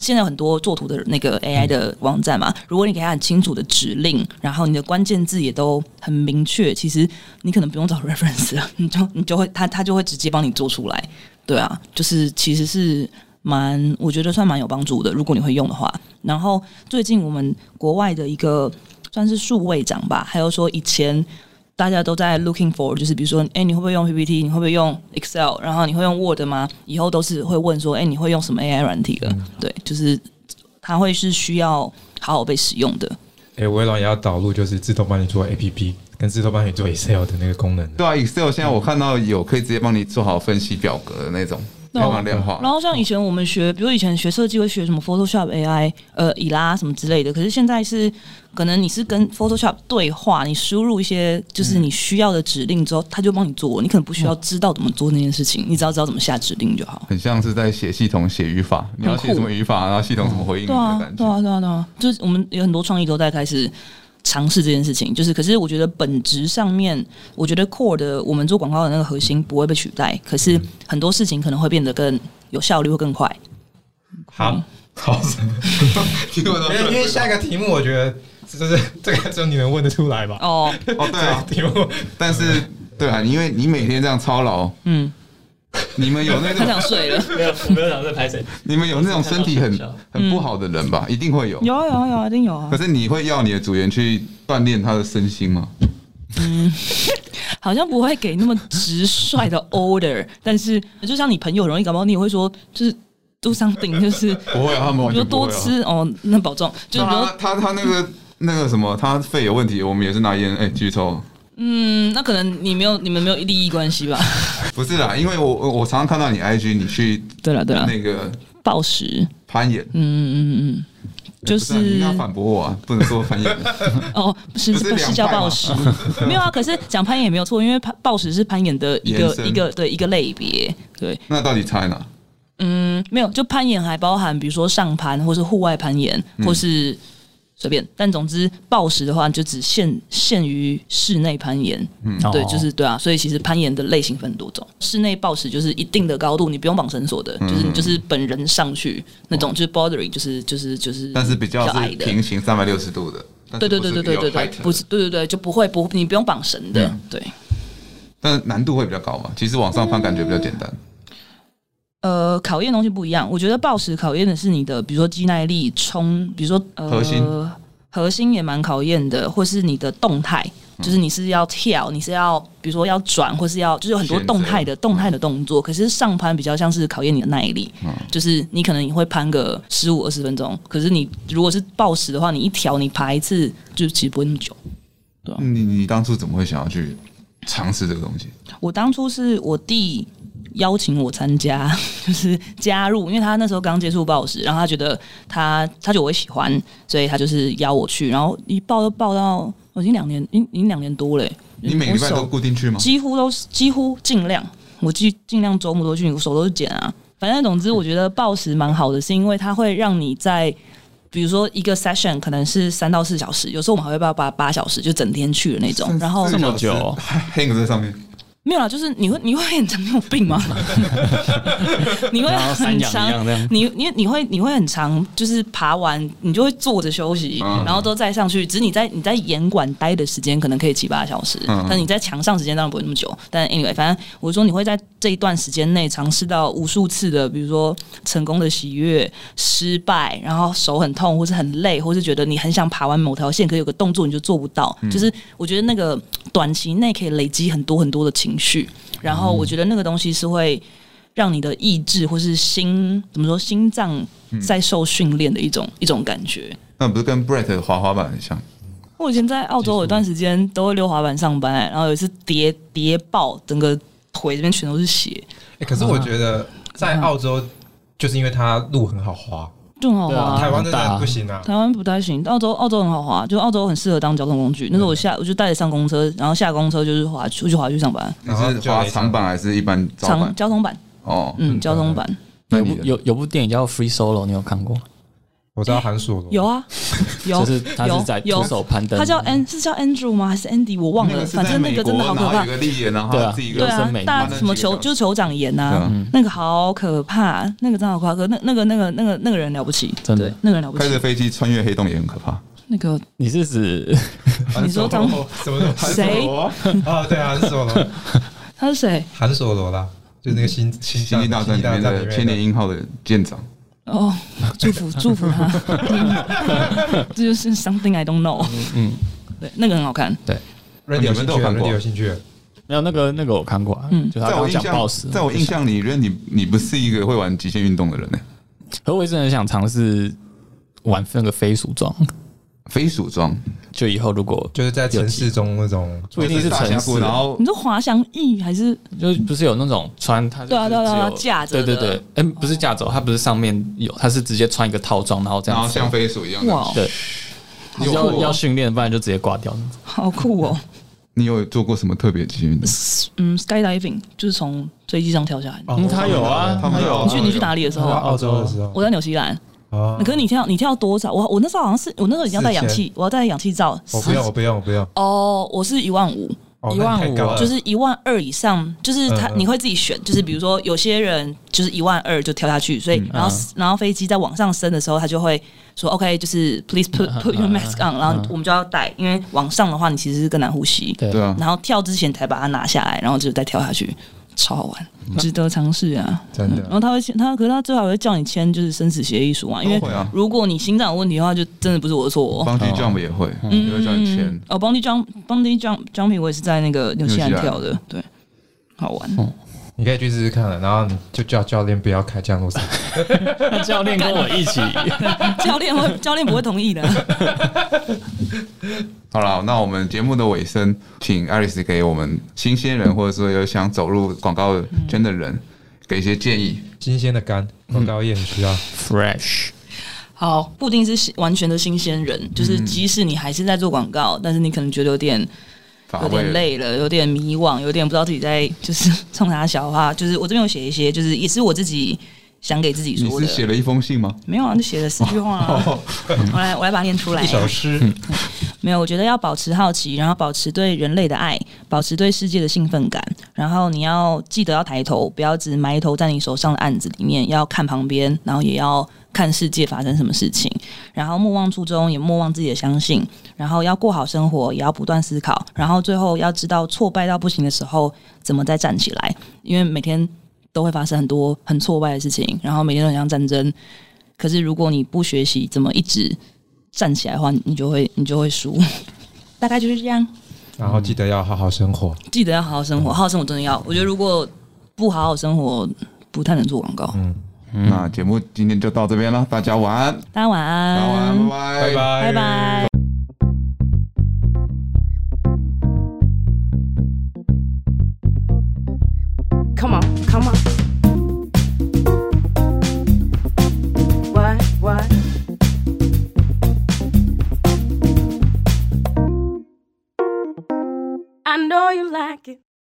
现在有很多做图的那个 A I 的网站嘛，如果你给他很清楚的指令，然后你的关键字也都很明确，其实你可能不用找 reference 了，你就你就会他他就会直接帮你做出来。对啊，就是其实是蛮，我觉得算蛮有帮助的，如果你会用的话。然后最近我们国外的一个算是数位长吧，还有说以前大家都在 looking for， 就是比如说，哎，你会不会用 P P T？ 你会不会用 Excel？ 然后你会用 Word 吗？以后都是会问说，哎，你会用什么 A I 软体了？嗯、对，就是它会是需要好好被使用的。 哎，微软也要导入，就是自动帮你做 A P P， 跟自动帮你做 Excel 的那个功能。 对啊 ，Excel 现在我看到有可以直接帮你做好分析表格的那种。非常量化。 然后像以前我们学，比如以前学设计会学什么 Photoshop A I、呃以拉什么之类的，可是现在是可能你是跟 Photoshop 对话，你输入一些就是你需要的指令之后，它就帮你做，你可能不需要知道怎么做那件事情，你只要知道怎么下指令就好。 很像是在写系统写语法，你要写什么语法，然后系统怎么回应你的感觉。 对啊，对啊，对啊，就是我们有很多创意都在开始尝试这件事情，就是可是我觉得本质上面，我觉得 core 的我们做广告的那个核心不会被取代，可是很多事情可能会变得更有效率，会更快。 好，好，因为因为下一个题目，我觉得就是这个只有你能问得出来吧？ 哦哦，对啊， 题目， 但是对啊，因为你每天这样操劳，嗯。你们有那种他想睡了， 没有，我没有想在拍谁。 你们有那种身体很很不好的人吧？一定会有， 有啊有啊有啊，一定有啊。 可是你会要你的组员去锻炼他的身心吗？ 嗯，好像不会给那么直率的 order， 但是就像你朋友容易感冒，你也会说就是 do something， 就是不会啊，他们完全不会、啊、 比如多吃哦，那保重。就是他他他那个那个什么，他肺有问题，我们也是拿烟哎继续抽。 嗯，那可能你没有，你们没有利益关系吧？ 不是啦，因为我我常常看到你 I G， 你去对了对了， 那个暴食攀岩， 嗯嗯嗯，就是你要反驳我啊，不能说攀岩哦，不是不是叫暴食，没有啊。可是讲攀岩也没有错，因为暴食是攀岩的一个一个对一个类别，对。 那到底差在哪？ 嗯，没有，就攀岩还包含比如说上攀，或是户外攀岩，或是。随便，但总之暴食的话就只限限于室内攀岩，嗯，对，就是对啊，所以其实攀岩的类型分很多种。室内暴食就是一定的高度，你不用绑绳索的，嗯、就是你就是本人上去那种，就是 bouldering， 就是就是就是， 但是比较是平行三百六十度的， 对对对对对对对，不是对对对，就不会不你不用绑绳的，嗯、对。 但难度会比较高嘛？其实往上攀感觉比较简单。嗯呃，考验的东西不一样。我觉得暴食考验的是你的，比如说肌耐力、冲，比如说呃核心， 核心也蛮考验的，或是你的动态，就是你是要跳，你是要比如说要转，或是要就是有很多动态的动态的动作。可是上攀比较像是考验你的耐力，嗯、就是你可能你会攀个十五二十分钟，可是你如果是暴食的话，你一条你爬一次就其实不会那么久，对吧、啊？ 你你当初怎么会想要去尝试这个东西？ 我当初是我弟邀请我参加，就是加入，因为他那时候刚接触暴食，然后他觉得他他觉得我会喜欢，所以他就是邀我去，然后一报都报到我已经两年，已经已经两年多了。 你每个礼拜都固定去吗？ 几乎都是，几乎尽量，我尽尽量周末都去，我手都是茧啊。反正总之，我觉得暴食蛮好的，是因为它会让你在，比如说一个 session 可能是三到四小时，有时候我们还会报八八小时，就整天去的那种。然后这么久、哦、 ，hang 在上面。 没有啦，就是你会你会很常有病吗？你会很常，你你你会你会很常，就是爬完你就会坐着休息，嗯、然后都再上去。只是你在你在严管待的时间可能可以七八小时，嗯、但你在墙上时间当然不会那么久。但 anyway， 反正我说你会在这一段时间内尝试到无数次的，比如说成功的喜悦、失败，然后手很痛，或是很累，或是觉得你很想爬完某条线，可有个动作你就做不到。嗯、就是我觉得那个短期内可以累积很多很多的情绪。情绪，然后我觉得那个东西是会让你的意志或是心怎么说心脏在受训练的一种、嗯、一种感觉。 那不是跟 Brett 滑滑板很像？ 我以前在澳洲有一段时间都会溜滑板上班，然后有一次跌跌爆，整个腿这边全都是血。 欸、可是我觉得在澳洲就是因为它路很好滑。 就很好滑、啊， 台湾真的不行啊！ 台湾不太行，澳洲澳洲很好滑，就澳洲很适合当交通工具。那时候我下我就带着上公车，然后下公车就是滑出去滑去上班。 你是滑长板还是一般长板？ 交通板哦， 嗯，交通板。 有部有有部电影叫《Free Solo》，你有看过？ 我知道韩索罗有啊，有， 就是他是在徒手攀登， 他叫 N 是叫 Andrew 吗？还是 Andy？ 我忘了，反正那个真的好可怕。 有个立言，然后自己对啊，大什么酋就是酋长岩呐，那个好可怕，那个真的好可怕。可那那个那个那个那个人了不起， 真的， 那个人了不起。 开着飞机穿越黑洞也很可怕。 那个你是指你说张什么谁啊？对啊，韩索罗， 他是谁？ 韩索罗啦，就是那个星星际大战里面的千年鹰号的舰长。 哦，祝福祝福他，这就是 something I don't know。嗯，对，那个很好看。 对， 你们都有看过？有兴趣？ 没有那个那个我看过啊。嗯，就他刚讲 boss， 在我印象里，你你不是一个会玩极限运动的人呢。 可我一直很想尝试玩那个飞鼠装。 飞鼠装， 就以后如果就是在城市中那种， 不一定是城市， 然后你说滑翔翼还是就不是有那种穿它对啊对啊架着， 对对对，哎不是架走，它不是上面有，它是直接穿一个套装，然后这样， 然后像飞鼠一样， 哇， 对，要要训练，不然就直接挂掉。 好酷哦！ 你有做过什么特别极限运动？ 嗯 ，skydiving 就是从飞机上跳下来。 嗯，他有啊，他有。 你去你去哪里的时候？ 澳洲的时候， 我在纽西兰。哦，可是你跳你跳多少？我我那时候好像是我那时候已经要戴氧气，我要戴氧气罩。 我不用，我不用，我不用。 哦，我是一万五， 一万五就是一万二以上，就是他你会自己选，就是比如说有些人就是一万二就跳下去，所以然后然后飞机在往上升的时候，他就会说 OK， 就是 Please put put your mask on， 然后我们就要戴，因为往上的话你其实是更难呼吸， 对啊， 然后跳之前才把它拿下来，然后就再跳下去。超好玩，值得尝试啊！ 真的。 然后他会他，可是他最好会叫你签就是生死协议书嘛，因为如果你心脏有问题的话，就真的不是我的错哦。 Bungee jump 也会，也会叫你签。 哦 ，Bungee jump Bungee jump jumping 我也是在那个纽西兰跳的，对，好玩。 你可以去试试看了，然后你就叫教练不要开降落伞。 教练跟我一起， 教练会教练不会同意的。 好了，那我们节目的尾声，请 Iris 给我们新鲜人，或者说有想走入广告圈的人，给一些建议。 新鲜的肝，广告业很需要 fresh。 好，不一定是完全的新鲜人，就是即使你还是在做广告，但是你可能觉得有点。有点累了，有点迷惘，有点不知道自己在就是冲啥小话。就是我这边有写一些，就是也是我自己想给自己说的。 你是写了一封信吗？ 没有啊，就写了四句话啊。我来，我来把它念出来。 一首诗。 没有，我觉得要保持好奇，然后保持对人类的爱，保持对世界的兴奋感。然后你要记得要抬头，不要只埋头在你手上的案子里面，要看旁边，然后也要看世界发生什么事情。然后莫忘初衷，也莫忘自己的相信。然后要过好生活，也要不断思考。然后最后要知道挫败到不行的时候，怎么再站起来。因为每天都会发生很多很挫败的事情，然后每天都很像战争。可是如果你不学习怎么一直站起来的话，你就会你就会输。大概就是这样。 然后记得要好好生活， 记得要好好生活，好好生活真的要。我觉得如果不好好生活，不太能做广告。 嗯。那节目今天就到这边了，大家晚安， 大家晚安， 大家晚安，拜拜， 拜拜拜。 Come on, come on. What, what? I know you like it.